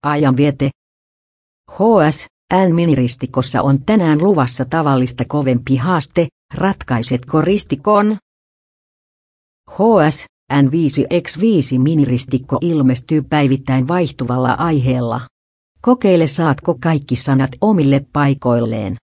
Ajanviete. HSN-miniristikossa on tänään luvassa tavallista kovempi haaste, ratkaisetko ristikon? HSN 5x5 miniristikko ilmestyy päivittäin vaihtuvalla aiheella. Kokeile, saatko kaikki sanat omille paikoilleen.